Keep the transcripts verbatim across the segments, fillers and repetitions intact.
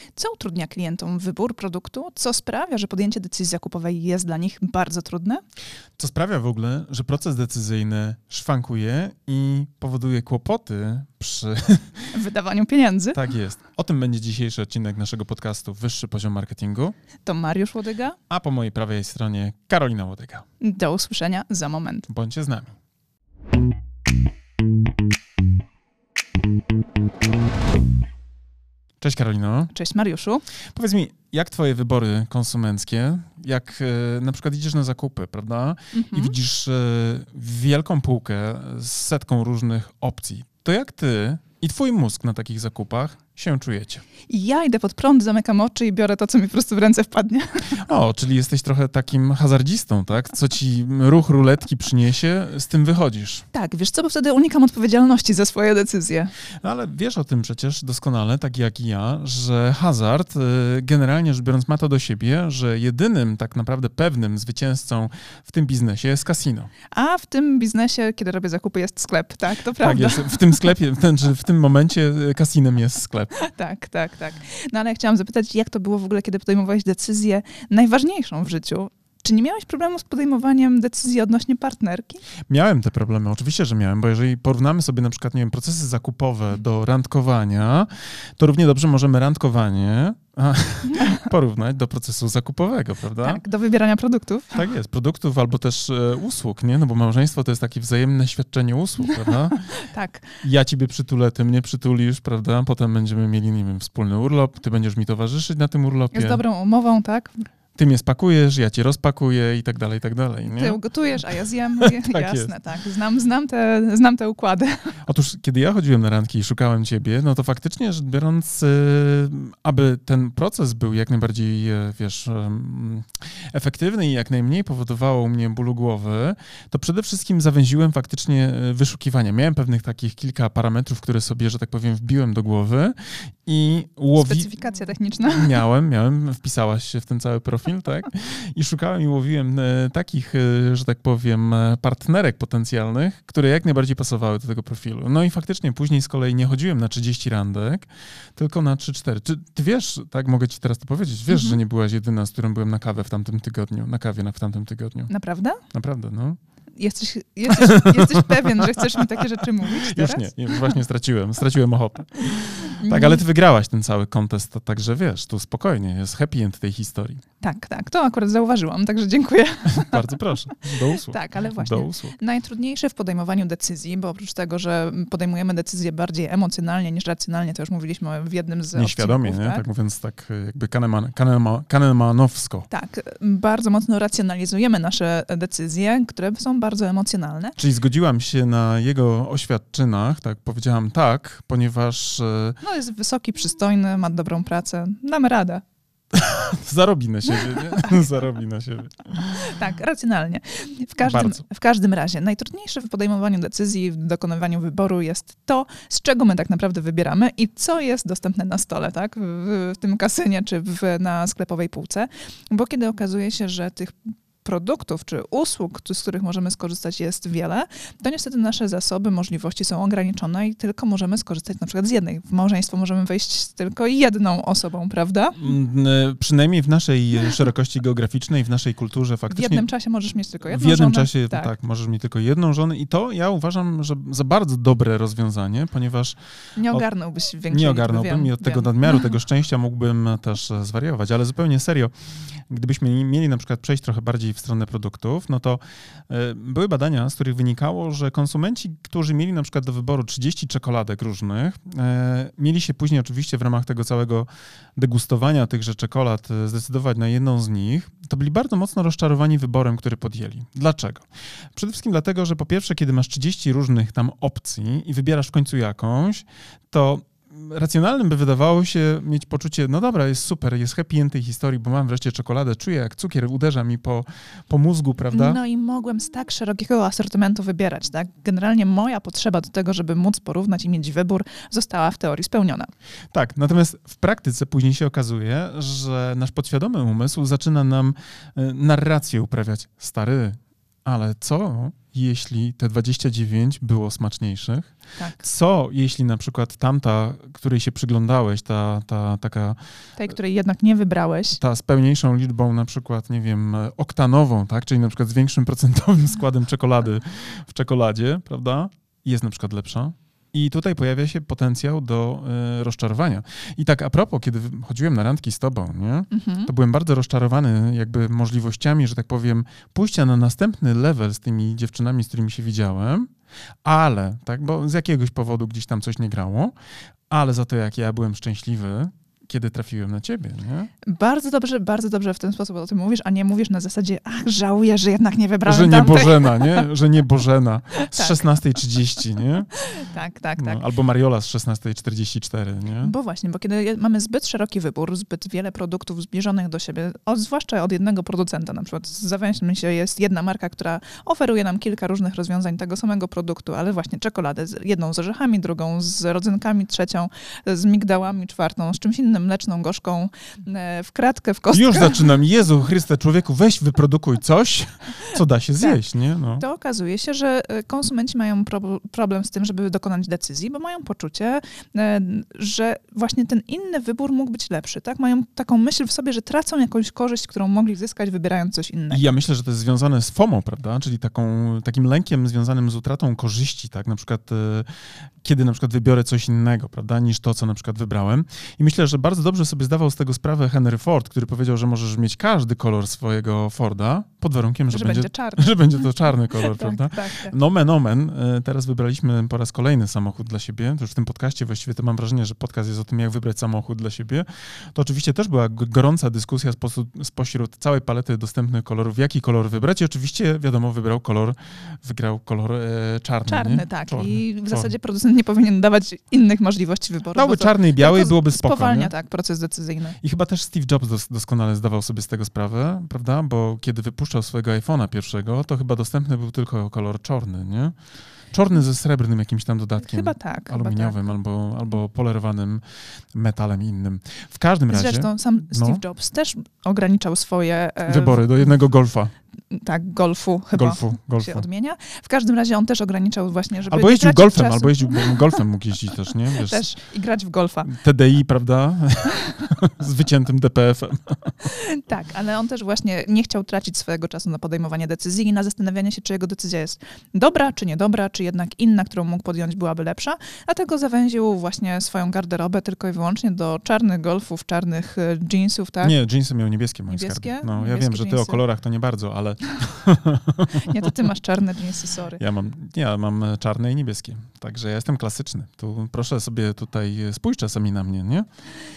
Co utrudnia klientom wybór produktu? Co sprawia, że podjęcie decyzji zakupowej jest dla nich bardzo trudne? Co sprawia w ogóle, że proces decyzyjny szwankuje i powoduje kłopoty przy wydawaniu pieniędzy. Tak jest. O tym będzie dzisiejszy odcinek naszego podcastu Wyższy Poziom Marketingu. To Mariusz Łodyga. A po mojej prawej stronie Karolina Łodyga. Do usłyszenia za moment. Bądźcie z nami. Cześć Karolino. Cześć Mariuszu. Powiedz mi, jak twoje wybory konsumenckie, jak e, na przykład idziesz na zakupy, prawda? Mhm. I widzisz e, wielką półkę z setką różnych opcji. To jak ty i twój mózg na takich zakupach się czujecie? Ja idę pod prąd, zamykam oczy i biorę to, co mi po prostu w ręce wpadnie. O, czyli jesteś trochę takim hazardzistą, tak? Co ci ruch ruletki przyniesie, z tym wychodzisz. Tak, wiesz co, bo wtedy unikam odpowiedzialności za swoje decyzje. No, ale wiesz o tym przecież doskonale, tak jak i ja, że hazard generalnie rzecz biorąc ma to do siebie, że jedynym tak naprawdę pewnym zwycięzcą w tym biznesie jest kasino. A w tym biznesie, kiedy robię zakupy, jest sklep, tak? To prawda. Tak jest, w tym sklepie, w, ten, w tym momencie kasinem jest sklep. Tak, tak, tak. No ale ja chciałam zapytać, jak to było w ogóle, kiedy podejmowałeś decyzję najważniejszą w życiu? Czy nie miałeś problemu z podejmowaniem decyzji odnośnie partnerki? Miałem te problemy, oczywiście, że miałem, bo jeżeli porównamy sobie na przykład, nie wiem, procesy zakupowe do randkowania, to równie dobrze możemy randkowanie porównać do procesu zakupowego, prawda? Tak, do wybierania produktów. Tak jest, produktów albo też e, usług, nie? No bo małżeństwo to jest takie wzajemne świadczenie usług, prawda? Tak. Ja ciebie przytulę, ty mnie przytulisz, prawda? Potem będziemy mieli, nie wiem, wspólny urlop, ty będziesz mi towarzyszyć na tym urlopie. Z dobrą umową, tak? Ty mnie spakujesz, ja cię rozpakuję i tak dalej, i tak dalej. Nie? Ty ugotujesz, a ja zjem. Tak Jasne, jest. tak. Znam, znam, te, znam te układy. Otóż, kiedy ja chodziłem na randki i szukałem ciebie, no to faktycznie rzecz biorąc, yy, aby ten proces był jak najbardziej, yy, wiesz, yy, efektywny i jak najmniej powodowało u mnie bólu głowy, to przede wszystkim zawęziłem faktycznie wyszukiwania. Miałem pewnych takich kilka parametrów, które sobie, że tak powiem, wbiłem do głowy i łowi... Specyfikacja techniczna. Miałem, miałem, wpisałaś się w ten cały profil. Tak? I szukałem i łowiłem e, takich, e, że tak powiem, e, partnerek potencjalnych, które jak najbardziej pasowały do tego profilu. No i faktycznie później z kolei nie chodziłem na trzydzieści randek, tylko na trzy cztery. Czy ty wiesz, tak mogę ci teraz to powiedzieć, wiesz, mm-hmm. że nie byłaś jedyna, z którą byłem na kawę w tamtym tygodniu, na kawie na, w tamtym tygodniu. Naprawdę? Naprawdę, no. Jesteś, jesteś, jesteś pewien, że chcesz mi takie rzeczy mówić teraz? Już nie, nie, właśnie straciłem, straciłem ochotę. Tak, ale ty wygrałaś ten cały kontest, to także wiesz, tu spokojnie, jest happy end tej historii. Tak, tak, to akurat zauważyłam, także dziękuję. Bardzo proszę, do usług. Tak, ale właśnie do usług. Najtrudniejsze w podejmowaniu decyzji, bo oprócz tego, że podejmujemy decyzje bardziej emocjonalnie niż racjonalnie, to już mówiliśmy w jednym z Nieświadomie, odcinków, nie? Tak? tak mówiąc tak jakby Kahneman, Kahneman, Kahnemanowsko. Tak, bardzo mocno racjonalizujemy nasze decyzje, które są bardzo emocjonalne. Czyli zgodziłam się na jego oświadczynach, tak, powiedziałam tak, ponieważ... No jest wysoki, przystojny, ma dobrą pracę, damy radę. Zarobi na siebie, nie? Zarobi na siebie. Tak, racjonalnie. W każdym, w każdym razie najtrudniejsze w podejmowaniu decyzji, w dokonywaniu wyboru jest to, z czego my tak naprawdę wybieramy i co jest dostępne na stole, tak? W, w tym kasynie czy w, na sklepowej półce. Bo kiedy okazuje się, że tych produktów czy usług, z których możemy skorzystać jest wiele, to niestety nasze zasoby, możliwości są ograniczone i tylko możemy skorzystać na przykład z jednej. W małżeństwo możemy wejść z tylko jedną osobą, prawda? Przynajmniej w naszej szerokości geograficznej, w naszej kulturze faktycznie. W jednym czasie możesz mieć tylko jedną W jednym żonę. czasie, tak. tak, możesz mieć tylko jedną żonę i to ja uważam, że za bardzo dobre rozwiązanie, ponieważ... Nie ogarnąłbyś większej Nie ogarnąłbym wiem, i od wiem. tego nadmiaru, tego szczęścia mógłbym też zwariować, ale zupełnie serio, gdybyśmy mieli na przykład przejść trochę bardziej w stronę produktów, no to y, były badania, z których wynikało, że konsumenci, którzy mieli na przykład do wyboru trzydzieści czekoladek różnych, y, mieli się później oczywiście w ramach tego całego degustowania tychże czekolad y, zdecydować na jedną z nich, to byli bardzo mocno rozczarowani wyborem, który podjęli. Dlaczego? Przede wszystkim dlatego, że po pierwsze, kiedy masz trzydzieści różnych tam opcji i wybierasz w końcu jakąś, to racjonalnym by wydawało się mieć poczucie, no dobra, jest super, jest happy end tej historii, bo mam wreszcie czekoladę, czuję jak cukier uderza mi po, po mózgu, prawda? No i mogłem z tak szerokiego asortymentu wybierać, tak? Generalnie moja potrzeba do tego, żeby móc porównać i mieć wybór, została w teorii spełniona. Tak, natomiast w praktyce później się okazuje, że nasz podświadomy umysł zaczyna nam narrację uprawiać. Stary, ale co, jeśli te dwadzieścia dziewięć było smaczniejszych? Tak. Co, jeśli na przykład tamta, której się przyglądałeś, ta, ta taka... Tej, której jednak nie wybrałeś. Ta z pełniejszą liczbą na przykład, nie wiem, oktanową, tak? Czyli na przykład z większym procentowym składem czekolady w czekoladzie, prawda? Jest na przykład lepsza. I tutaj pojawia się potencjał do y, rozczarowania. I tak a propos, kiedy chodziłem na randki z tobą, nie, Mhm. to byłem bardzo rozczarowany jakby możliwościami, że tak powiem, pójścia na następny level z tymi dziewczynami, z którymi się widziałem, ale, tak, bo z jakiegoś powodu gdzieś tam coś nie grało, ale za to jak ja byłem szczęśliwy, kiedy trafiłem na ciebie, nie? Bardzo dobrze, bardzo dobrze w ten sposób o tym mówisz, a nie mówisz na zasadzie, ach, żałuję, że jednak nie wybrałem Że nie tamtej. Bożena, nie? Że nie Bożena. Z Tak. szesnasta trzydzieści, nie? Tak, tak, tak. No, albo Mariola z szesnasta czterdzieści cztery, nie? Bo właśnie, bo kiedy je- mamy zbyt szeroki wybór, zbyt wiele produktów zbliżonych do siebie, od, zwłaszcza od jednego producenta, na przykład zawęźmy się, jest jedna marka, która oferuje nam kilka różnych rozwiązań tego samego produktu, ale właśnie czekoladę, z, jedną z orzechami, drugą z rodzynkami, trzecią z migdałami, czwartą z czymś innym, mleczną, gorzką, e, w kratkę, w kostkę. Już zaczynam. Jezu Chryste, człowieku, weź wyprodukuj coś, co da się zjeść, nie? No. To okazuje się, że e, konsumenci mają pro- problem z tym, żeby dokonać decyzji, bo mają poczucie, e, że właśnie ten inny wybór mógł być lepszy, tak? Mają taką myśl w sobie, że tracą jakąś korzyść, którą mogli zyskać, wybierając coś innego. I ja myślę, że to jest związane z FOMO, prawda? Czyli taką, takim lękiem związanym z utratą korzyści, tak? Na przykład, e, kiedy na przykład wybiorę coś innego, prawda, niż to, co na przykład wybrałem. I myślę, że bardzo dobrze sobie zdawał z tego sprawę Henry Ford, który powiedział, że możesz mieć każdy kolor swojego Forda, pod warunkiem, że, Że będzie, będzie czarny. że będzie to czarny kolor, Tak, prawda? tak, tak. Nomen omen, e, teraz wybraliśmy po raz kolejny samochód dla siebie. To już w tym podcaście właściwie to mam wrażenie, że podcast jest o tym, jak wybrać samochód dla siebie. To oczywiście też była g- gorąca dyskusja sposób, spośród całej palety dostępnych kolorów, jaki kolor wybrać. I oczywiście, wiadomo, wybrał kolor, wygrał kolor e, czarny. Czarny, nie? tak. Czarny, I w czarny. zasadzie producent nie powinien dawać innych możliwości wyboru. Dałby bo to czarny i biały i tylko byłoby spoko, spowalnia nie? tak proces decyzyjny. I chyba też Steve Jobs dos- doskonale zdawał sobie z tego sprawę, prawda? Bo kiedy wypuszczał swojego iPhone'a pierwszego, to chyba dostępny był tylko kolor czarny, nie? Czarny ze srebrnym jakimś tam dodatkiem. Chyba tak. Aluminiowym Chyba albo, albo polerowanym metalem innym. W każdym tak. razie... Zresztą sam Steve no. Jobs też ograniczał swoje... e, Wybory do jednego golfa. Tak, golfu chyba Golfu, golfu. się odmienia. W każdym razie on też ograniczał właśnie, żeby Albo nie jeździł tracić golfem, czasu. albo jeździł golfem mógł jeździć też, nie? Wiesz, Też i grać w golfa. T D I, prawda? Z wyciętym D P F-em. Tak, ale on też właśnie nie chciał tracić swojego czasu na podejmowanie decyzji i na zastanawianie się, czy jego decyzja jest dobra, czy niedobra, czy jednak inna, którą mógł podjąć, byłaby lepsza. Dlatego zawęził właśnie swoją garderobę tylko i wyłącznie do czarnych golfów, czarnych e, jeansów, tak? Nie, dżinsy miał niebieskie, moje Niebieskie? skarbie. No, ja Niebieskie wiem, że ty o dżinsy. kolorach to nie bardzo, ale Nie, to ty masz czarne jeansy, sorry. ja mam, ja mam czarne i niebieskie. Także ja jestem klasyczny. Tu proszę sobie tutaj spójrz czasami na mnie, nie?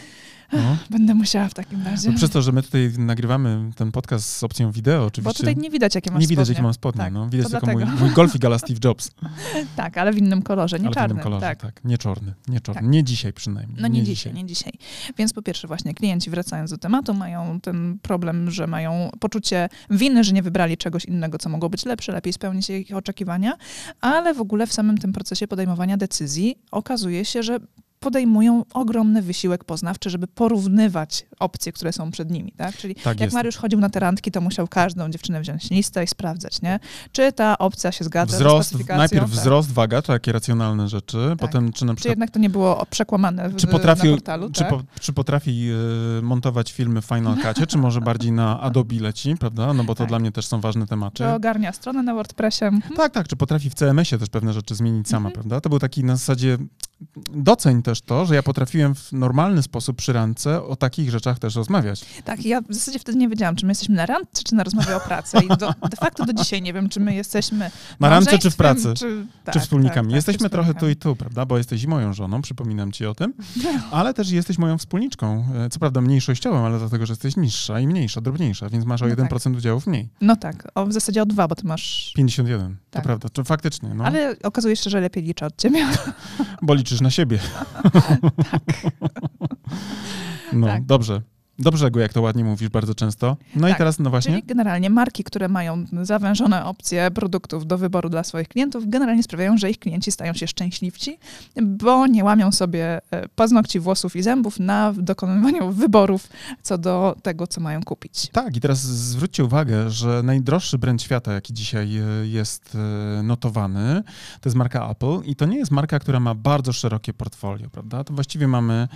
No. Będę musiała w takim razie. No przez to, że my tutaj nagrywamy ten podcast z opcją wideo, oczywiście. Bo tutaj nie widać, jakie masz nie widać, spodnie. jakie mam spodnie. Tak, no. Widać to tylko mój, dlatego. mój golfik a la Steve Jobs. Tak, ale w innym kolorze, nie ale w czarnym. innym kolorze, tak. tak. Nie czarny, nie czarny. Tak. Nie dzisiaj przynajmniej. No nie, nie dzisiaj, nie dzisiaj. Więc po pierwsze właśnie klienci, wracając do tematu, mają ten problem, że mają poczucie winy, że nie wybrali czegoś innego, co mogło być lepsze, lepiej spełnić ich oczekiwania, ale w ogóle w samym tym procesie podejmowania decyzji okazuje się, że podejmują ogromny wysiłek poznawczy, żeby porównywać opcje, które są przed nimi, tak? Czyli Tak jak jest. Mariusz chodził na te randki, to musiał każdą dziewczynę wziąć listę i sprawdzać, nie? Czy ta opcja się zgadza Wzrost, ze specyfikacją? najpierw tak. wzrost, waga, takie racjonalne rzeczy, potem czy na Czy przykład jednak to nie było przekłamane w, Czy potrafi, na portalu? czy, tak? po, czy potrafi y, montować filmy w Final Cutie, czy może bardziej na Adobe leci, prawda? No bo to Tak. dla mnie też są ważne tematy. Czy ogarnia stronę na WordPressie? Mhm. Tak, tak, czy potrafi w C M S-ie też pewne rzeczy zmienić sama, Mhm. prawda? To był taki na zasadzie, doceń też to, że ja potrafiłem w normalny sposób przy randce o takich rzeczach też rozmawiać. Tak, ja w zasadzie wtedy nie wiedziałam, czy my jesteśmy na randce, czy na rozmowie o pracy. I do, de facto do dzisiaj nie wiem, czy my jesteśmy Na randce czy w pracy? małżeństwem, Czy, tak, czy wspólnikami. tak, tak, Jesteśmy czy trochę tu wspólnikami. i tu, prawda? Bo jesteś moją żoną, przypominam ci o tym, ale też jesteś moją wspólniczką. E, Co prawda mniejszościową, ale dlatego, że jesteś niższa i mniejsza, drobniejsza, więc masz o No jeden tak. procent udziałów mniej. No tak, o, w zasadzie o dwa, bo ty masz... pięćdziesiąt jeden, to Tak. prawda. To faktycznie, no. Ale okazuje się, że lepiej liczę od ciebie. Bo liczysz na siebie. Tak. No, Tak. dobrze. do brzegu, jak to ładnie mówisz bardzo często. No tak, i teraz, no właśnie. Czyli generalnie marki, które mają zawężone opcje produktów do wyboru dla swoich klientów, generalnie sprawiają, że ich klienci stają się szczęśliwci, bo nie łamią sobie paznokci, włosów i zębów na dokonywaniu wyborów co do tego, co mają kupić. Tak, i teraz zwróćcie uwagę, że najdroższy brand świata, jaki dzisiaj jest notowany, to jest marka Apple i to nie jest marka, która ma bardzo szerokie portfolio, prawda? To właściwie mamy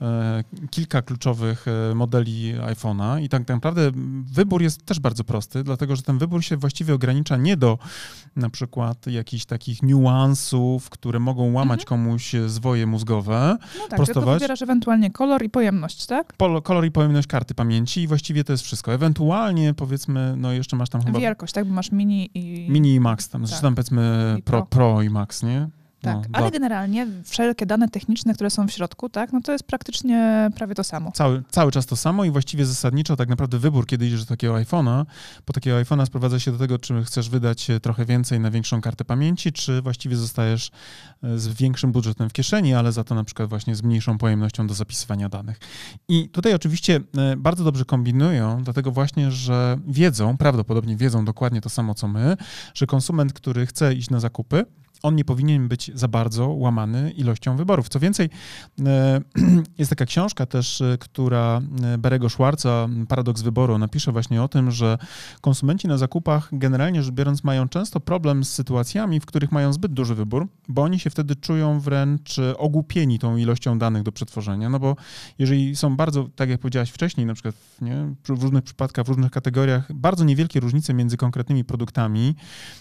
kilka kluczowych modeli iPhone'a i tak naprawdę wybór jest też bardzo prosty, dlatego że ten wybór się właściwie ogranicza nie do na przykład jakichś takich niuansów, które mogą łamać mhm. komuś zwoje mózgowe, no tak, prostować. Tylko wybierasz ewentualnie kolor i pojemność, tak? Pol, kolor i pojemność karty pamięci i właściwie to jest wszystko. Ewentualnie powiedzmy, no jeszcze masz tam chyba... Wielkość, tak? Bo masz mini i... Mini i Max tam, tak. Zresztą tam powiedzmy pro, pro i Max, nie? Tak, no, ale dla... generalnie wszelkie dane techniczne, które są w środku, tak, no to jest praktycznie prawie to samo. Cały, cały czas to samo i właściwie zasadniczo tak naprawdę wybór, kiedy idziesz do takiego iPhone'a, po takiego iPhone'a sprowadza się do tego, czy chcesz wydać trochę więcej na większą kartę pamięci, czy właściwie zostajesz z większym budżetem w kieszeni, ale za to na przykład właśnie z mniejszą pojemnością do zapisywania danych. I tutaj oczywiście bardzo dobrze kombinują, dlatego właśnie, że wiedzą, prawdopodobnie wiedzą dokładnie to samo, co my, że konsument, który chce iść na zakupy, on nie powinien być za bardzo łamany ilością wyborów. Co więcej, jest taka książka też, która Barry'ego Schwartza, Paradoks wyboru, napisze właśnie o tym, że konsumenci na zakupach generalnie rzecz biorąc mają często problem z sytuacjami, w których mają zbyt duży wybór, bo oni się wtedy czują wręcz ogłupieni tą ilością danych do przetworzenia, no bo jeżeli są bardzo, tak jak powiedziałaś wcześniej, na przykład nie, w różnych przypadkach, w różnych kategoriach, bardzo niewielkie różnice między konkretnymi produktami,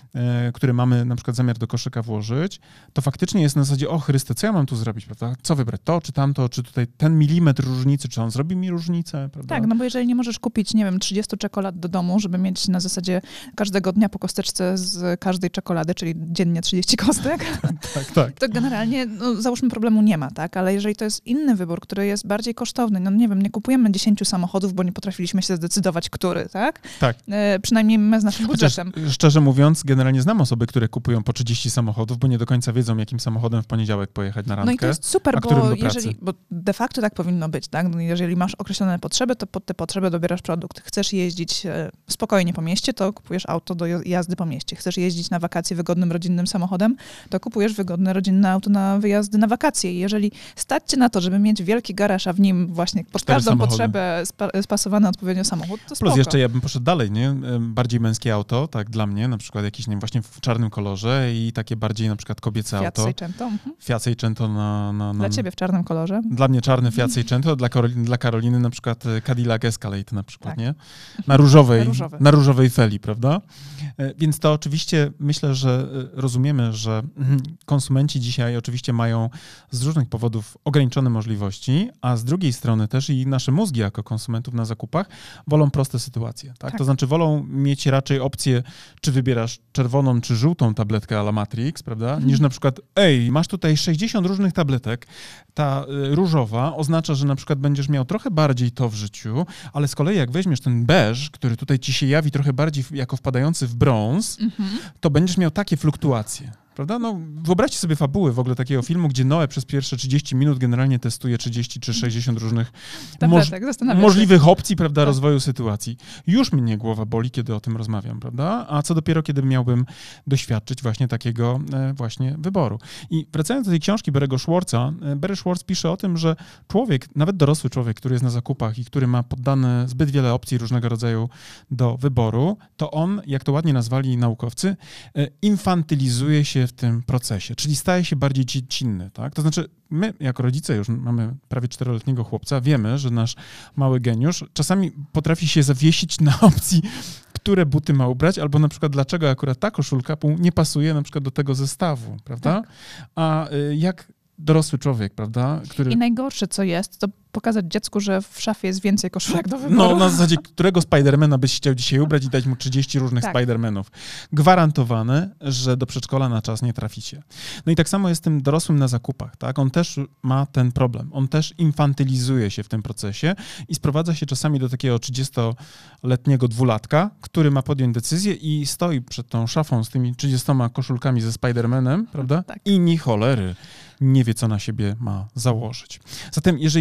które mamy na przykład zamiar do koszyka włożyć, to faktycznie jest na zasadzie, o Chryste, co ja mam tu zrobić, prawda? Co wybrać? To, czy tamto, czy tutaj ten milimetr różnicy, czy on zrobi mi różnicę, prawda? Tak, no bo jeżeli nie możesz kupić, nie wiem, trzydzieści czekolad do domu, żeby mieć na zasadzie każdego dnia po kosteczce z każdej czekolady, czyli dziennie trzydzieści kostek, tak, tak. to generalnie, no, załóżmy, problemu nie ma, tak? Ale jeżeli to jest inny wybór, który jest bardziej kosztowny, no nie wiem, nie kupujemy dziesięciu samochodów, bo nie potrafiliśmy się zdecydować, który, tak? Tak. E, przynajmniej my z naszym budżetem. Chociaż, szczerze mówiąc, generalnie znam osoby, które kupują po trzydzieści samochodów, bo nie do końca wiedzą, jakim samochodem w poniedziałek pojechać na randkę. No i to jest super, a bo, jeżeli, bo de facto tak powinno być, tak? No jeżeli masz określone potrzeby, to pod te potrzeby dobierasz produkt. Chcesz jeździć e, spokojnie po mieście, to kupujesz auto do jazdy po mieście. Chcesz jeździć na wakacje wygodnym, rodzinnym samochodem, to kupujesz wygodne, rodzinne auto na wyjazdy na wakacje. I jeżeli stać cię na to, żeby mieć wielki garaż, a w nim właśnie pod Cztery każdą samochody. potrzebę spa, spasowany odpowiednio samochód, to spoko. Plus jeszcze ja bym poszedł dalej, nie? Bardziej męskie auto, tak dla mnie, na przykład jakieś, nie wiem, właśnie w czarnym kolorze i takie bardziej na przykład kobiece Fiat auto. Seicento. Mhm. Fiat Seicento na, na, na... Dla ciebie w czarnym kolorze. Dla mnie czarny Fiat Seicento, dla Karoliny, dla Karoliny na przykład Cadillac Escalade na przykład, tak. nie? Na różowej, Różowy. na różowej feli, prawda? Więc to oczywiście myślę, że rozumiemy, że konsumenci dzisiaj oczywiście mają z różnych powodów ograniczone możliwości, a z drugiej strony też i nasze mózgi jako konsumentów na zakupach wolą proste sytuacje, tak? tak. To znaczy wolą mieć raczej opcję, czy wybierasz czerwoną czy żółtą tabletkę a la Matrix, prawda? Hmm. Niż na przykład, ej, masz tutaj sześćdziesiąt różnych tabletek, ta y, różowa oznacza, że na przykład będziesz miał trochę bardziej to w życiu, ale z kolei jak weźmiesz ten beż, który tutaj ci się jawi trochę bardziej w, jako wpadający w brąz, mm-hmm. to będziesz miał takie fluktuacje. Prawda? No, wyobraźcie sobie fabuły w ogóle takiego filmu, gdzie Noe przez pierwsze trzydzieści minut generalnie testuje trzydzieści czy sześćdziesiąt różnych Tabletek, moż- możliwych opcji, prawda, tak. rozwoju sytuacji. Już mnie głowa boli, kiedy o tym rozmawiam, prawda? A co dopiero, kiedy miałbym doświadczyć właśnie takiego e, właśnie wyboru. I wracając do tej książki Barry'ego Schwartza, e, Barry Schwartz pisze o tym, że człowiek, nawet dorosły człowiek, który jest na zakupach i który ma poddane zbyt wiele opcji różnego rodzaju do wyboru, to on, jak to ładnie nazwali naukowcy, e, infantylizuje się w tym procesie, czyli staje się bardziej dziecinny, tak? To znaczy my jako rodzice już mamy prawie czteroletniego chłopca, wiemy, że nasz mały geniusz czasami potrafi się zawiesić na opcji, które buty ma ubrać, albo na przykład dlaczego akurat ta koszulka nie pasuje na przykład do tego zestawu, prawda? Tak. A jak dorosły człowiek, prawda? Który... I najgorsze, co jest, to pokazać dziecku, że w szafie jest więcej koszulek do wyboru. No, na zasadzie, którego Spidermana byś chciał dzisiaj ubrać i dać mu trzydzieści różnych tak. Spidermanów. Gwarantowane, że do przedszkola na czas nie traficie. No i tak samo jest z tym dorosłym na zakupach, tak? On też ma ten problem. On też infantylizuje się w tym procesie i sprowadza się czasami do takiego trzydziestoletniego dwulatka, który ma podjąć decyzję i stoi przed tą szafą z tymi trzydziestoma koszulkami ze Spidermanem, prawda? Tak. I ni cholery nie wie, co na siebie ma założyć. Zatem, jeżeli mówimy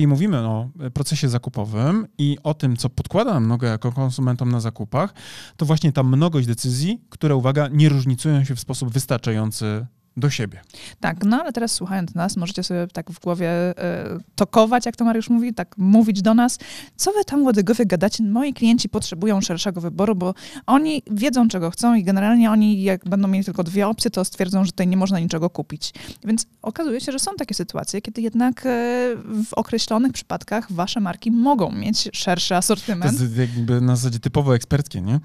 o procesie zakupowym i o tym, co podkłada nam nogę jako konsumentom na zakupach, to właśnie ta mnogość decyzji, które, uwaga, nie różnicują się w sposób wystarczający do siebie. Tak, no ale teraz słuchając nas, możecie sobie tak w głowie y, tokować, jak to Mariusz mówi, tak mówić do nas, co wy tam łodygowie gadacie, moi klienci potrzebują szerszego wyboru, bo oni wiedzą, czego chcą i generalnie oni, jak będą mieli tylko dwie opcje, to stwierdzą, że tutaj nie można niczego kupić. Więc okazuje się, że są takie sytuacje, kiedy jednak y, w określonych przypadkach wasze marki mogą mieć szerszy asortyment. To jest jakby na zasadzie typowo eksperckie, nie?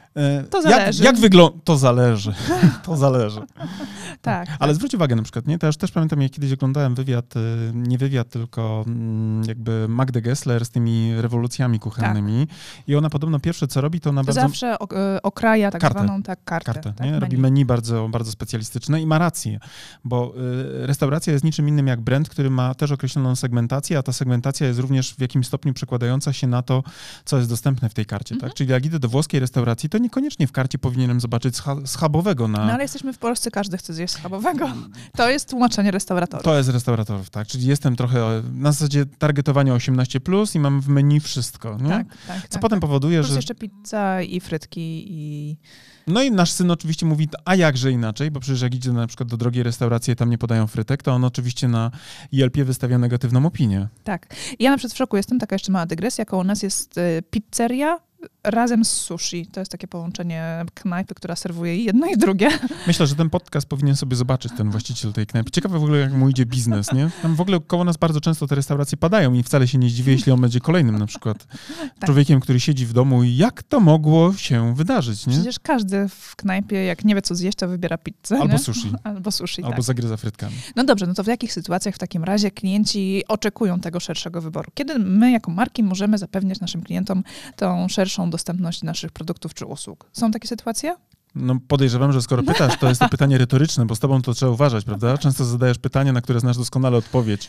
To zależy. Jak, jak wygląda? To zależy. To zależy. Tak. Ale tak. zwróć uwagę na przykład, nie? To ja już też pamiętam, jak kiedyś oglądałem wywiad, nie wywiad, tylko jakby Magdę Gessler z tymi rewolucjami kuchennymi. Tak. I ona podobno pierwsze, co robi, to ona to bardzo... zawsze okraja tak kartę. zwaną tak, kartę. kartę tak, nie? menu. Robi menu bardzo, bardzo specjalistyczne i ma rację, bo y, restauracja jest niczym innym jak brand, który ma też określoną segmentację, a ta segmentacja jest również w jakimś stopniu przekładająca się na to, co jest dostępne w tej karcie. Mhm. Tak? Czyli jak idę do włoskiej restauracji, to niekoniecznie w karcie powinienem zobaczyć scha- schabowego na... No ale jesteśmy w Polsce, każdy chce zjeść schabowego. To jest tłumaczenie restauratorów. To jest restauratorów, tak. Czyli jestem trochę na zasadzie targetowania osiemnaście plus i mam w menu wszystko. Nie? Tak, tak. Co tak, potem tak. powoduje, Plus że... jeszcze pizza i frytki i... No i nasz syn oczywiście mówi, a jakże inaczej, bo przecież jak idzie na przykład do drogiej restauracji i tam nie podają frytek, to on oczywiście na I L P wystawia negatywną opinię. Tak. Ja na przykład w szoku jestem, taka jeszcze mała dygresja, koło nas jest y, pizzeria razem z sushi. To jest takie połączenie knajpy, która serwuje i jedno i drugie. Myślę, że ten podcast powinien sobie zobaczyć, ten właściciel tej knajpy. Ciekawe w ogóle, jak mu idzie biznes, nie? Tam w ogóle koło nas bardzo często te restauracje padają i wcale się nie zdziwię, jeśli on będzie kolejnym na przykład tak. człowiekiem, który siedzi w domu i jak to mogło się wydarzyć, nie? Przecież każdy w knajpie, jak nie wie, co zjeść, to wybiera pizzę. Albo nie? sushi. Albo sushi, Albo tak. zagryza frytkami. No dobrze, no to w jakich sytuacjach w takim razie klienci oczekują tego szerszego wyboru? Kiedy my jako marki możemy zapewniać naszym klientom tą szerszą dostępność naszych produktów czy usług? Są takie sytuacje? No podejrzewam, że skoro pytasz, to jest to pytanie retoryczne, bo z tobą to trzeba uważać, prawda? Często zadajesz pytania, na które znasz doskonale odpowiedź.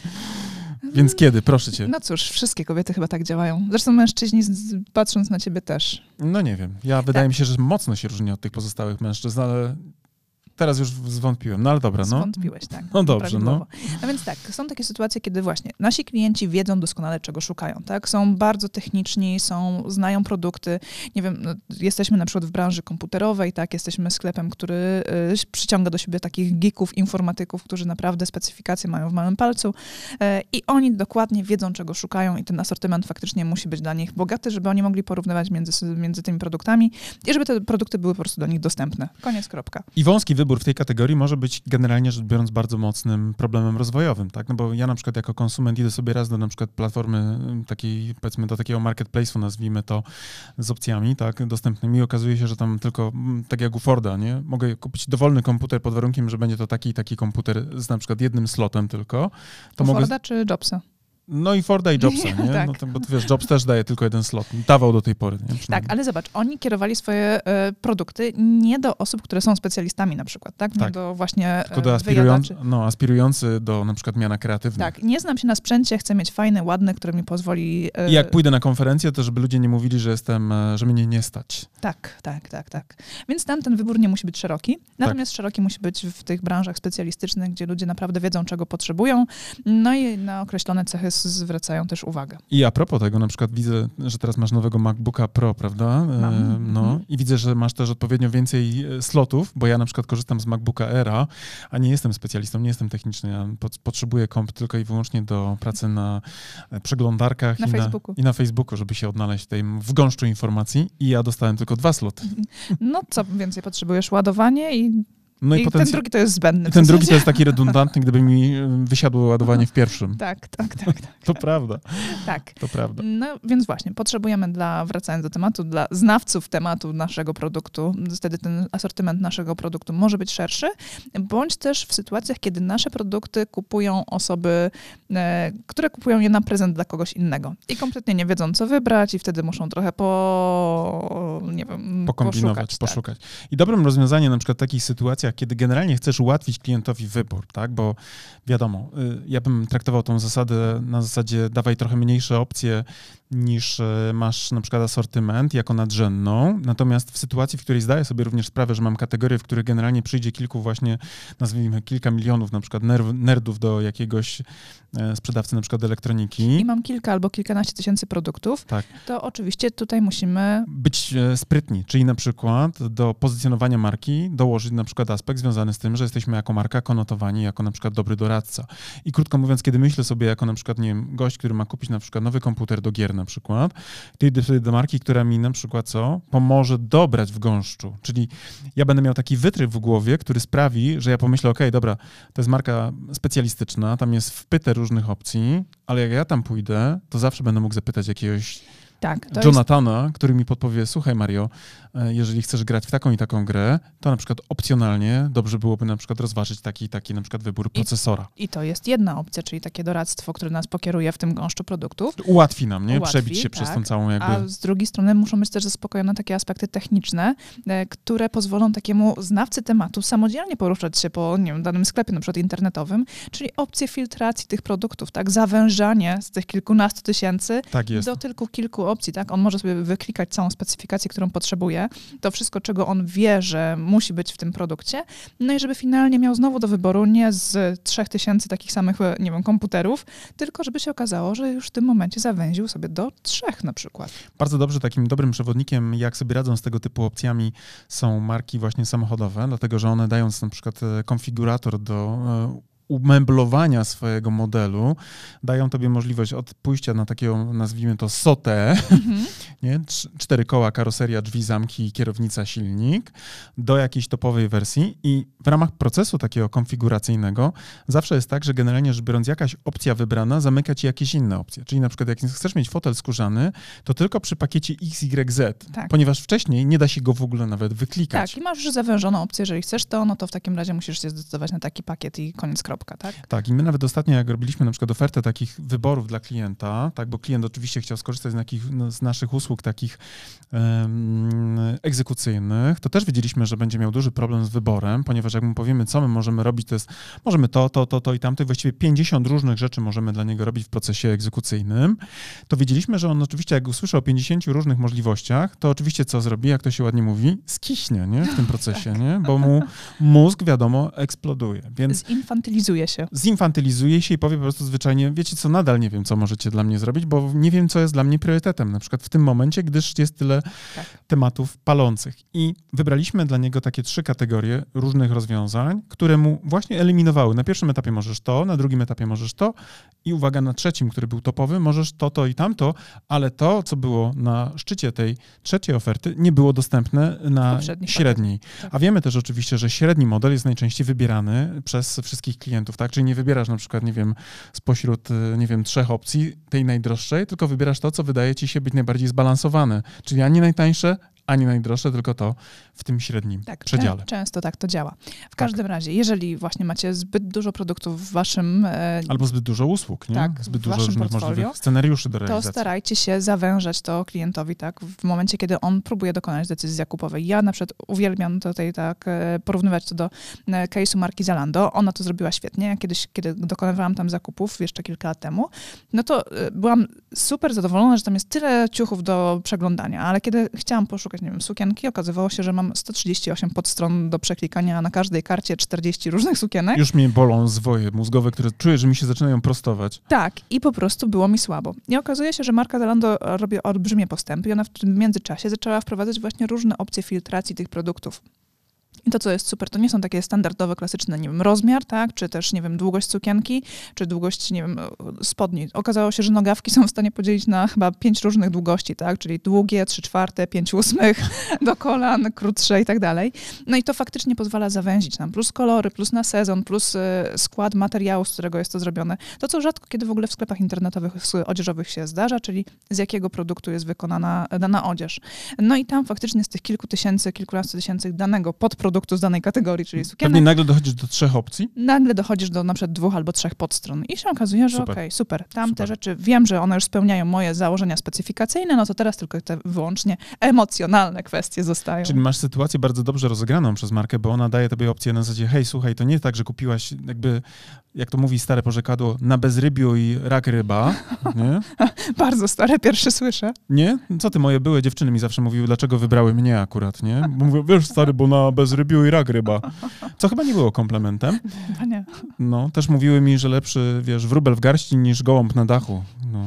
Więc kiedy? Proszę cię. No cóż, wszystkie kobiety chyba tak działają. Zresztą mężczyźni, z, patrząc na ciebie też. No nie wiem. Ja wydaje tak. mi się, że mocno się różni od tych pozostałych mężczyzn, ale... Teraz już zwątpiłem, no ale dobra, no. Zwątpiłeś, tak. No dobrze, no. No więc tak, są takie sytuacje, kiedy właśnie nasi klienci wiedzą doskonale, czego szukają, tak? Są bardzo techniczni, są, znają produkty. Nie wiem, no, jesteśmy na przykład w branży komputerowej, tak? Jesteśmy sklepem, który y, przyciąga do siebie takich geeków, informatyków, którzy naprawdę specyfikacje mają w małym palcu y, i oni dokładnie wiedzą, czego szukają i ten asortyment faktycznie musi być dla nich bogaty, żeby oni mogli porównywać między, między tymi produktami i żeby te produkty były po prostu do nich dostępne. Koniec, kropka. I wąski wybór w tej kategorii może być generalnie rzecz biorąc bardzo mocnym problemem rozwojowym, tak? No bo ja na przykład jako konsument idę sobie raz do na przykład platformy takiej, powiedzmy do takiego marketplace'u, nazwijmy to, z opcjami, tak, dostępnymi i okazuje się, że tam tylko, tak jak u Forda, nie? Mogę kupić dowolny komputer pod warunkiem, że będzie to taki i taki komputer z na przykład jednym slotem tylko. To u mogę... Forda czy Jobsa? No i Forda i Jobsa, nie? tak. No to, bo wiesz, Jobs też daje tylko jeden slot. Dawał do tej pory, nie? Tak, ale zobacz, oni kierowali swoje y, produkty nie do osób, które są specjalistami na przykład, tak? Nie tak. do właśnie tylko do aspirujący, no, aspirujący do na przykład miana kreatywnych. Tak, nie znam się na sprzęcie, chcę mieć fajny, ładny, który mi pozwoli... Y... I jak pójdę na konferencję, to żeby ludzie nie mówili, że jestem, że mnie nie stać. Tak, tak, tak, tak. Więc tam ten wybór nie musi być szeroki, natomiast tak. szeroki musi być w tych branżach specjalistycznych, gdzie ludzie naprawdę wiedzą, czego potrzebują, no i na określone cechy zwracają też uwagę. I a propos tego, na przykład widzę, że teraz masz nowego MacBooka Pro, prawda? Mam. No mhm. i widzę, że masz też odpowiednio więcej slotów, bo ja na przykład korzystam z MacBooka Aira, a nie jestem specjalistą, nie jestem techniczny, ja potrzebuję komp tylko i wyłącznie do pracy na przeglądarkach na i, Facebooku. Na, i na Facebooku, żeby się odnaleźć w tej w gąszczu informacji i ja dostałem tylko dwa sloty. No co więcej potrzebujesz? Ładowanie i No i, I potenc... ten drugi to jest zbędny. I ten drugi to jest taki redundantny, gdyby mi wysiadło ładowanie w pierwszym. Tak, tak, tak. tak to tak. prawda. Tak. To prawda. No więc właśnie, potrzebujemy dla, wracając do tematu, dla znawców tematu naszego produktu, wtedy ten asortyment naszego produktu może być szerszy, bądź też w sytuacjach, kiedy nasze produkty kupują osoby, e, które kupują je na prezent dla kogoś innego i kompletnie nie wiedzą, co wybrać i wtedy muszą trochę po, nie wiem, pokombinować, poszukać. poszukać. Tak. I dobrym rozwiązaniem na przykład w takich sytuacjach, kiedy generalnie chcesz ułatwić klientowi wybór, tak, bo wiadomo, ja bym traktował tą zasadę na zasadzie dawaj trochę mniejsze opcje niż masz na przykład asortyment jako nadrzędną. Natomiast w sytuacji, w której zdaję sobie również sprawę, że mam kategorie, w których generalnie przyjdzie kilku właśnie, nazwijmy kilka milionów na przykład nerdów do jakiegoś sprzedawcy na przykład elektroniki. I mam kilka albo kilkanaście tysięcy produktów, tak. To oczywiście tutaj musimy... być sprytni, czyli na przykład do pozycjonowania marki dołożyć na przykład aspekt związany z tym, że jesteśmy jako marka konotowani jako na przykład dobry doradca. I krótko mówiąc, kiedy myślę sobie jako na przykład, nie wiem, gość, który ma kupić na przykład nowy komputer do gier na przykład, to idę sobie do marki, która mi na przykład co? Pomoże dobrać w gąszczu. Czyli ja będę miał taki wytryk w głowie, który sprawi, że ja pomyślę, okej, okay, dobra, to jest marka specjalistyczna, tam jest wpyte różnych opcji, ale jak ja tam pójdę, to zawsze będę mógł zapytać jakiegoś tak, Jonathana, jest... który mi podpowie, słuchaj Mario, jeżeli chcesz grać w taką i taką grę, to na przykład opcjonalnie dobrze byłoby na przykład rozważyć taki taki na przykład wybór procesora. I, i to jest jedna opcja, czyli takie doradztwo, które nas pokieruje w tym gąszczu produktów. Ułatwi nam, nie? Ułatwi, Przebić się tak, przez tą całą jakby... A z drugiej strony muszą być też zaspokojone takie aspekty techniczne, e, które pozwolą takiemu znawcy tematu samodzielnie poruszać się po, nie wiem, danym sklepie, na przykład internetowym, czyli opcje filtracji tych produktów, tak? Zawężanie z tych kilkunastu tysięcy tak jest. do tylko kilku opcji, tak? On może sobie wyklikać całą specyfikację, którą potrzebuje, to wszystko, czego on wie, że musi być w tym produkcie, no i żeby finalnie miał znowu do wyboru nie z trzech tysięcy takich samych, nie wiem, komputerów, tylko żeby się okazało, że już w tym momencie zawęził sobie do trzech na przykład. Bardzo dobrze, takim dobrym przewodnikiem, jak sobie radzą z tego typu opcjami, są marki właśnie samochodowe, dlatego, że one dając na przykład konfigurator do umeblowania swojego modelu, dają tobie możliwość od pójścia na takiego, nazwijmy to, sotę, mm-hmm. nie? Cztery koła, karoseria, drzwi, zamki, kierownica, silnik, do jakiejś topowej wersji i w ramach procesu takiego konfiguracyjnego zawsze jest tak, że generalnie rzecz biorąc jakaś opcja wybrana zamyka ci jakieś inne opcje. Czyli na przykład jak chcesz mieć fotel skórzany, to tylko przy pakiecie X Y Z, tak. Ponieważ wcześniej nie da się go w ogóle nawet wyklikać. Tak, i masz już zawężoną opcję, jeżeli chcesz to, no to w takim razie musisz się zdecydować na taki pakiet i koniec kropka. Tak? Tak, i my nawet ostatnio, jak robiliśmy na przykład ofertę takich wyborów dla klienta, tak, bo klient oczywiście chciał skorzystać z, nakich, no, z naszych usług takich um, egzekucyjnych, to też wiedzieliśmy, że będzie miał duży problem z wyborem, ponieważ jak mu powiemy, co my możemy robić, to jest, możemy to, to, to, to i tamto, i właściwie pięćdziesiąt różnych rzeczy możemy dla niego robić w procesie egzekucyjnym, to wiedzieliśmy, że on oczywiście, jak usłyszy o pięćdziesięciu różnych możliwościach, to oczywiście co zrobi, jak to się ładnie mówi, skiśnie, nie, w tym procesie, nie, bo mu mózg, wiadomo, eksploduje. Więc zinfantylizuje się. Zinfantylizuje się i powie po prostu zwyczajnie, wiecie co, nadal nie wiem, co możecie dla mnie zrobić, bo nie wiem, co jest dla mnie priorytetem, na przykład w tym momencie, gdyż jest tyle tak. tematów palących. I wybraliśmy dla niego takie trzy kategorie różnych rozwiązań, które mu właśnie eliminowały. Na pierwszym etapie możesz to, na drugim etapie możesz to i uwaga, na trzecim, który był topowy, możesz to, to i tamto, ale to, co było na szczycie tej trzeciej oferty, nie było dostępne na średniej. Tak. A wiemy też oczywiście, że średni model jest najczęściej wybierany przez wszystkich klientów, tak? Czyli nie wybierasz na przykład, nie wiem, spośród, nie wiem, trzech opcji tej najdroższej, tylko wybierasz to, co wydaje ci się być najbardziej zbalansowane. Czyli ani najtańsze, ani najdroższe, tylko to w tym średnim tak, przedziale. Czę- często tak to działa. W każdym tak. razie, jeżeli właśnie macie zbyt dużo produktów w waszym... E, Albo zbyt dużo usług, nie? Tak, zbyt w dużo waszym różnych portfolio, możliwych scenariuszy do realizacji. To starajcie się zawężać to klientowi, tak? W momencie, kiedy on próbuje dokonać decyzji zakupowej. Ja na przykład uwielbiam tutaj tak porównywać to do case'u marki Zalando. Ona to zrobiła świetnie. Ja kiedyś, kiedy dokonywałam tam zakupów jeszcze kilka lat temu, no to byłam super zadowolona, że tam jest tyle ciuchów do przeglądania, ale kiedy chciałam poszukać, nie wiem, sukienki, okazywało się, że mam sto trzydzieści osiem podstron do przeklikania, a na każdej karcie czterdzieści różnych sukienek. Już mnie bolą zwoje mózgowe, które czuję, że mi się zaczynają prostować. Tak, i po prostu było mi słabo. I okazuje się, że marka Zalando robi olbrzymie postępy i ona w tym międzyczasie zaczęła wprowadzać właśnie różne opcje filtracji tych produktów. I to, co jest super, to nie są takie standardowe, klasyczne, nie wiem, rozmiar, tak, czy też, nie wiem, długość sukienki, czy długość, nie wiem, spodni. Okazało się, że nogawki są w stanie podzielić na chyba pięć różnych długości, tak, czyli długie, trzy czwarte, pięć ósmych, do kolan, krótsze i tak dalej. No i to faktycznie pozwala zawęzić nam, plus kolory, plus na sezon, plus y, skład materiału, z którego jest to zrobione. To, co rzadko kiedy w ogóle w sklepach internetowych, odzieżowych się zdarza, czyli z jakiego produktu jest wykonana dana odzież. No i tam faktycznie z tych kilku tysięcy, kilkunastu tysięcy danego podproduktu z danej kategorii, czyli sukienek. Pewnie nagle dochodzisz do trzech opcji? Nagle dochodzisz do na przykład dwóch albo trzech podstron i się okazuje, że okej, okay, super, tam super. Te rzeczy, wiem, że one już spełniają moje założenia specyfikacyjne, no to teraz tylko te wyłącznie emocjonalne kwestie zostają. Czyli masz sytuację bardzo dobrze rozegraną przez markę, bo ona daje tobie opcję na zasadzie, hej, słuchaj, to nie tak, że kupiłaś jakby jak to mówi stare porzekadło, na bezrybiu i rak ryba. Nie? Bardzo stare, pierwsze słyszę. Nie? Co ty, moje były dziewczyny mi zawsze mówiły, dlaczego wybrały mnie akurat, nie? Bo mówię, wiesz stary, bo na bezrybiu i rak ryba. Co chyba nie było komplementem. Chyba nie. No, też mówiły mi, że lepszy, wiesz, wróbel w garści niż gołąb na dachu. No.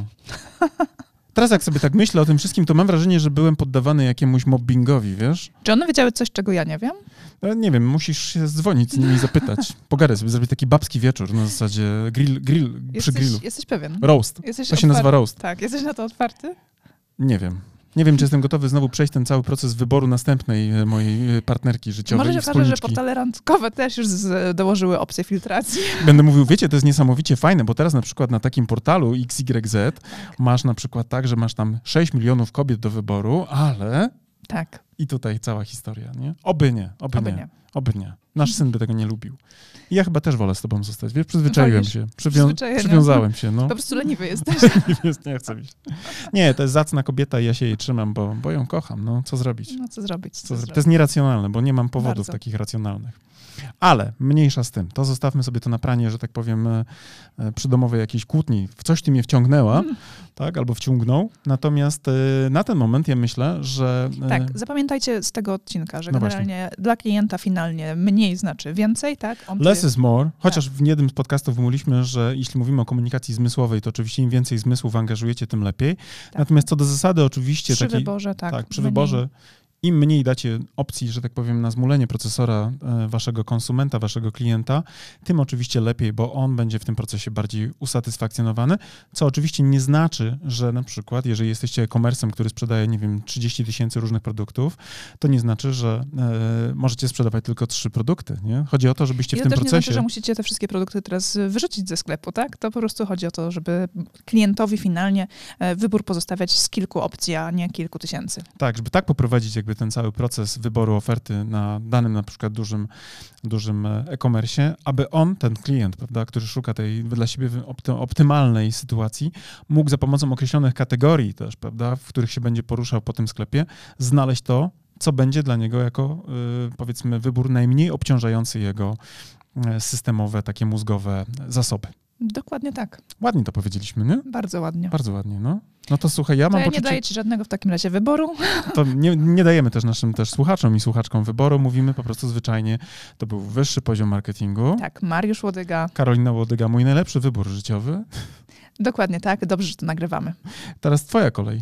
Teraz jak sobie tak myślę o tym wszystkim, to mam wrażenie, że byłem poddawany jakiemuś mobbingowi, wiesz? Czy one wiedziały coś, czego ja nie wiem? No, nie wiem, musisz się dzwonić z nimi i zapytać. Pogadać sobie, zrobić taki babski wieczór na zasadzie grill, grill jesteś, przy grillu. Jesteś pewien? Roast. Jesteś to się otwarty. nazywa roast. Tak, jesteś na to otwarty? Nie wiem. Nie wiem, czy jestem gotowy znowu przejść ten cały proces wyboru następnej mojej partnerki życiowej. Może się okaże, że portale randkowe też już z, dołożyły opcję filtracji. Będę mówił, wiecie, to jest niesamowicie fajne, bo teraz na przykład na takim portalu X Y Z tak. masz na przykład tak, że masz tam sześć milionów kobiet do wyboru, ale... Tak. I tutaj cała historia, nie? Oby nie, oby, oby nie. nie. Oby nie. Nasz syn by tego nie lubił. I ja chyba też wolę z tobą zostać. Wiesz, przyzwyczaiłem się. Przywią- przywiązałem się. No. Po prostu leniwy jesteś. Nie chcę być. Nie, to jest zacna kobieta i ja się jej trzymam, bo, bo ją kocham. No, co zrobić? No, co zrobić? Co co zrobić? To jest nieracjonalne, bo nie mam powodów Bardzo. takich racjonalnych. Ale mniejsza z tym. To zostawmy sobie to na pranie, że tak powiem, e, e, przydomowej jakiejś kłótni. W coś ty mnie wciągnęła, mm. tak, albo wciągnął. Natomiast e, na ten moment ja myślę, że... E, tak, zapamiętajcie z tego odcinka, że no generalnie właśnie. dla klienta finalnie mniej znaczy więcej, tak? On Less czuje... is more. Chociaż tak. w jednym z podcastów mówiliśmy, że jeśli mówimy o komunikacji zmysłowej, to oczywiście im więcej zmysłów angażujecie, tym lepiej. Tak. Natomiast co do zasady oczywiście... Przy takiej, wyborze, tak. Tak, przy mniej. wyborze im mniej dacie opcji, że tak powiem, na zmulenie procesora e, waszego konsumenta, waszego klienta, tym oczywiście lepiej, bo on będzie w tym procesie bardziej usatysfakcjonowany, co oczywiście nie znaczy, że na przykład, jeżeli jesteście e-commerce'em, który sprzedaje, nie wiem, trzydzieści tysięcy różnych produktów, to nie znaczy, że e, możecie sprzedawać tylko trzy produkty, nie? Chodzi o to, żebyście I w to tym też procesie... nie znaczy, że musicie te wszystkie produkty teraz wyrzucić ze sklepu, tak? To po prostu chodzi o to, żeby klientowi finalnie wybór pozostawiać z kilku opcji, a nie kilku tysięcy. Tak, żeby tak poprowadzić jakby ten cały proces wyboru oferty na danym na przykład dużym, dużym e-commerce, aby on, ten klient, prawda, który szuka tej dla siebie opty, optymalnej sytuacji, mógł za pomocą określonych kategorii też, prawda, w których się będzie poruszał po tym sklepie, znaleźć to, co będzie dla niego jako, yy, powiedzmy, wybór najmniej obciążający jego yy, systemowe, takie mózgowe zasoby. Dokładnie tak. Ładnie to powiedzieliśmy, nie? Bardzo ładnie. Bardzo ładnie, no. No to słuchaj, ja to mam ja poczucie... nie daję ci żadnego w takim razie wyboru. To nie, nie dajemy też naszym też słuchaczom i słuchaczkom wyboru, mówimy po prostu zwyczajnie, to był wyższy poziom marketingu. Tak, Mariusz Łodyga. Karolina Łodyga, mój najlepszy wybór życiowy. Dokładnie tak, dobrze, że to nagrywamy. Teraz twoja kolej.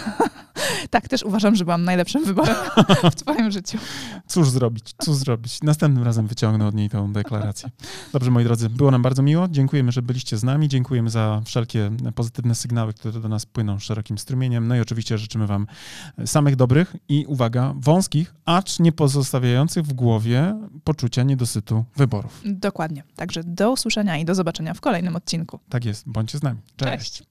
Tak, też uważam, że byłam najlepszym wyborem w twoim życiu. Cóż zrobić, cóż zrobić. Następnym razem wyciągnę od niej tą deklarację. Dobrze, moi drodzy, było nam bardzo miło. Dziękujemy, że byliście z nami. Dziękujemy za wszelkie pozytywne sygnały, które do nas płyną szerokim strumieniem. No i oczywiście życzymy wam samych dobrych i, uwaga, wąskich, acz nie pozostawiających w głowie poczucia niedosytu wyborów. Dokładnie. Także do usłyszenia i do zobaczenia w kolejnym odcinku. Tak jest. Bądźcie z nami. Cześć. Cześć.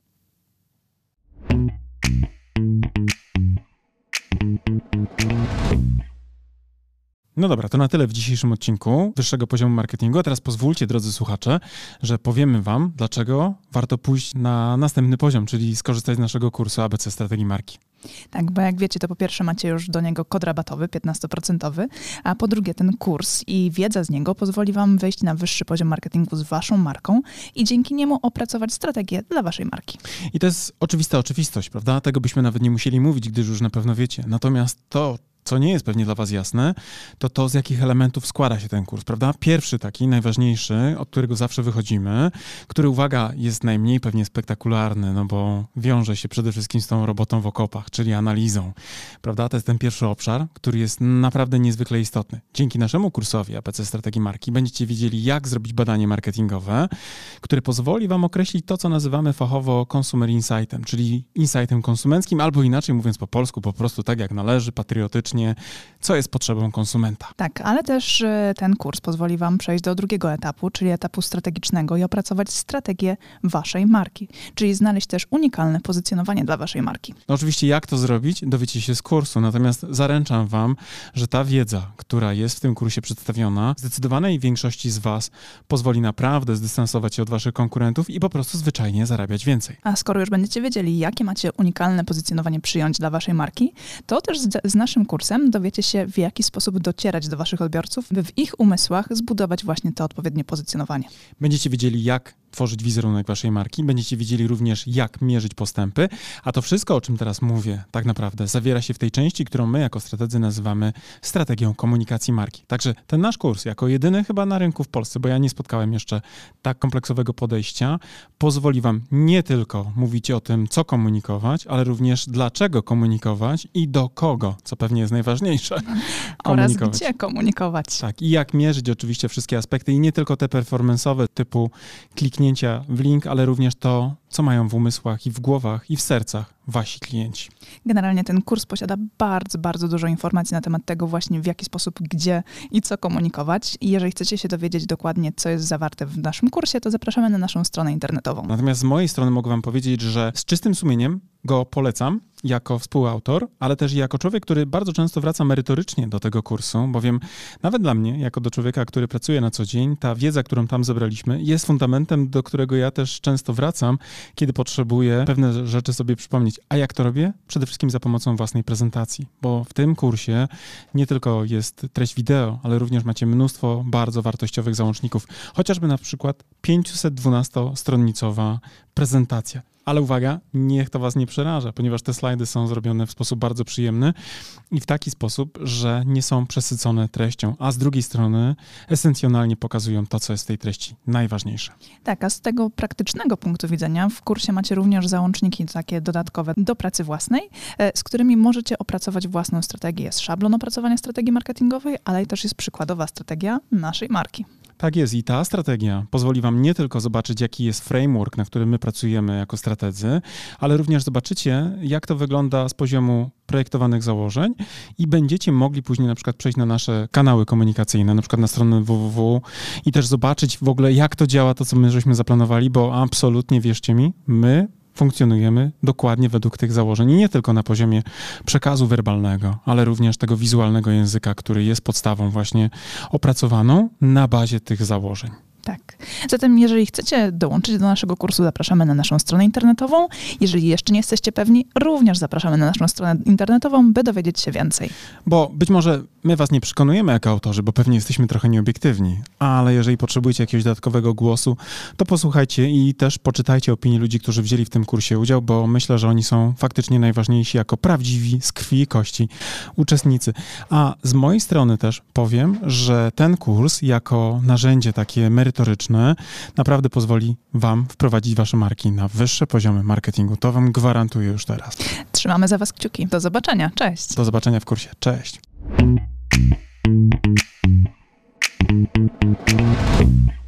No dobra, to na tyle w dzisiejszym odcinku wyższego poziomu marketingu. A teraz pozwólcie, drodzy słuchacze, że powiemy wam, dlaczego warto pójść na następny poziom, czyli skorzystać z naszego kursu A B C Strategii Marki. Tak, bo jak wiecie, to po pierwsze macie już do niego kod rabatowy, piętnaście procent, a po drugie ten kurs i wiedza z niego pozwoli wam wejść na wyższy poziom marketingu z waszą marką i dzięki niemu opracować strategię dla waszej marki. I to jest oczywista oczywistość, prawda? Tego byśmy nawet nie musieli mówić, gdyż już na pewno wiecie. Natomiast to, co nie jest pewnie dla was jasne, to to, z jakich elementów składa się ten kurs, prawda? Pierwszy taki, najważniejszy, od którego zawsze wychodzimy, który, uwaga, jest najmniej pewnie spektakularny, no bo wiąże się przede wszystkim z tą robotą w okopach, czyli analizą, prawda? To jest ten pierwszy obszar, który jest naprawdę niezwykle istotny. Dzięki naszemu kursowi A B C Strategii Marki będziecie wiedzieli, jak zrobić badanie marketingowe, które pozwoli wam określić to, co nazywamy fachowo consumer insightem, czyli insightem konsumenckim, albo inaczej mówiąc po polsku, po prostu tak jak należy, patriotycznie, co jest potrzebą konsumenta. Tak, ale też ten kurs pozwoli wam przejść do drugiego etapu, czyli etapu strategicznego i opracować strategię waszej marki, czyli znaleźć też unikalne pozycjonowanie dla waszej marki. No oczywiście jak to zrobić, dowiecie się z kursu, natomiast zaręczam wam, że ta wiedza, która jest w tym kursie przedstawiona, zdecydowanej większości z was pozwoli naprawdę zdystansować się od waszych konkurentów i po prostu zwyczajnie zarabiać więcej. A skoro już będziecie wiedzieli, jakie macie unikalne pozycjonowanie przyjąć dla waszej marki, to też z, z naszym kursem kursem dowiecie się, w jaki sposób docierać do waszych odbiorców, by w ich umysłach zbudować właśnie to odpowiednie pozycjonowanie. Będziecie wiedzieli, jak tworzyć wizerunek waszej marki, będziecie wiedzieli również, jak mierzyć postępy, a to wszystko, o czym teraz mówię, tak naprawdę zawiera się w tej części, którą my jako strategzy nazywamy strategią komunikacji marki. Także ten nasz kurs, jako jedyny chyba na rynku w Polsce, bo ja nie spotkałem jeszcze tak kompleksowego podejścia, pozwoli wam nie tylko mówić o tym, co komunikować, ale również dlaczego komunikować i do kogo, co pewnie jest najważniejsze. Oraz gdzie komunikować. Tak, i jak mierzyć oczywiście wszystkie aspekty i nie tylko te performance'owe typu kliknięcia w link, ale również to, co mają w umysłach i w głowach i w sercach wasi klienci. Generalnie ten kurs posiada bardzo, bardzo dużo informacji na temat tego właśnie, w jaki sposób, gdzie i co komunikować. I jeżeli chcecie się dowiedzieć dokładnie, co jest zawarte w naszym kursie, to zapraszamy na naszą stronę internetową. Natomiast z mojej strony mogę wam powiedzieć, że z czystym sumieniem go polecam jako współautor, ale też jako człowiek, który bardzo często wraca merytorycznie do tego kursu, bowiem nawet dla mnie, jako do człowieka, który pracuje na co dzień, ta wiedza, którą tam zebraliśmy, jest fundamentem, do którego ja też często wracam, kiedy potrzebuję pewne rzeczy sobie przypomnieć. A jak to robię? Przede wszystkim za pomocą własnej prezentacji, bo w tym kursie nie tylko jest treść wideo, ale również macie mnóstwo bardzo wartościowych załączników, chociażby na przykład pięćsetdwunastostronicowa prezentacja. Ale uwaga, niech to was nie przeraża, ponieważ te slajdy są zrobione w sposób bardzo przyjemny i w taki sposób, że nie są przesycone treścią, a z drugiej strony esencjonalnie pokazują to, co jest w tej treści najważniejsze. Tak, a z tego praktycznego punktu widzenia w kursie macie również załączniki takie dodatkowe do pracy własnej, z którymi możecie opracować własną strategię. Jest szablon opracowania strategii marketingowej, ale też jest przykładowa strategia naszej marki. Tak jest i ta strategia pozwoli wam nie tylko zobaczyć, jaki jest framework, na którym my pracujemy jako strategzy, ale również zobaczycie, jak to wygląda z poziomu projektowanych założeń i będziecie mogli później na przykład przejść na nasze kanały komunikacyjne, na przykład na stronę www i też zobaczyć w ogóle, jak to działa, to co my żeśmy zaplanowali, bo absolutnie, wierzcie mi, my funkcjonujemy dokładnie według tych założeń i nie tylko na poziomie przekazu werbalnego, ale również tego wizualnego języka, który jest podstawą właśnie opracowaną na bazie tych założeń. Tak. Zatem jeżeli chcecie dołączyć do naszego kursu, zapraszamy na naszą stronę internetową. Jeżeli jeszcze nie jesteście pewni, również zapraszamy na naszą stronę internetową, by dowiedzieć się więcej. Bo być może my was nie przekonujemy jako autorzy, bo pewnie jesteśmy trochę nieobiektywni, ale jeżeli potrzebujecie jakiegoś dodatkowego głosu, to posłuchajcie i też poczytajcie opinii ludzi, którzy wzięli w tym kursie udział, bo myślę, że oni są faktycznie najważniejsi jako prawdziwi, z krwi i kości uczestnicy. A z mojej strony też powiem, że ten kurs jako narzędzie takie merytoryczne naprawdę pozwoli wam wprowadzić wasze marki na wyższe poziomy marketingu. To wam gwarantuję już teraz. Trzymamy za was kciuki. Do zobaczenia. Cześć. Do zobaczenia w kursie. Cześć.